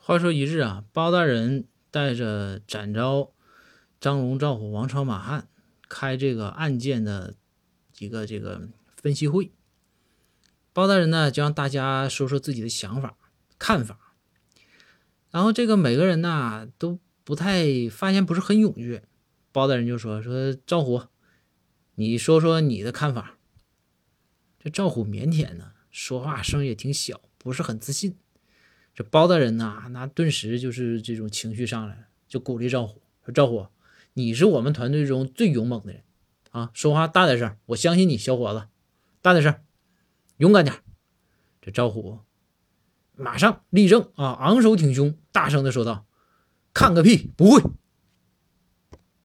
话说一日啊，包大人带着展昭、张龙、赵虎、王朝、马汉开这个案件的这个分析会。包大人呢，就让大家说说自己的想法、看法。然后这个每个人呢都不太发现不是很踊跃。包大人就说赵虎，你说说你的看法。这赵虎腼腆呢，说话声也挺小，不是很自信。这包大人呐，那顿时就是这种情绪上来了，就鼓励赵虎说：“赵虎，你是我们团队中最勇猛的人啊，说话大点声，我相信你，小伙子，大点声，勇敢点。”这赵虎马上立正啊，昂首挺胸，大声的说道：“看个屁，不会！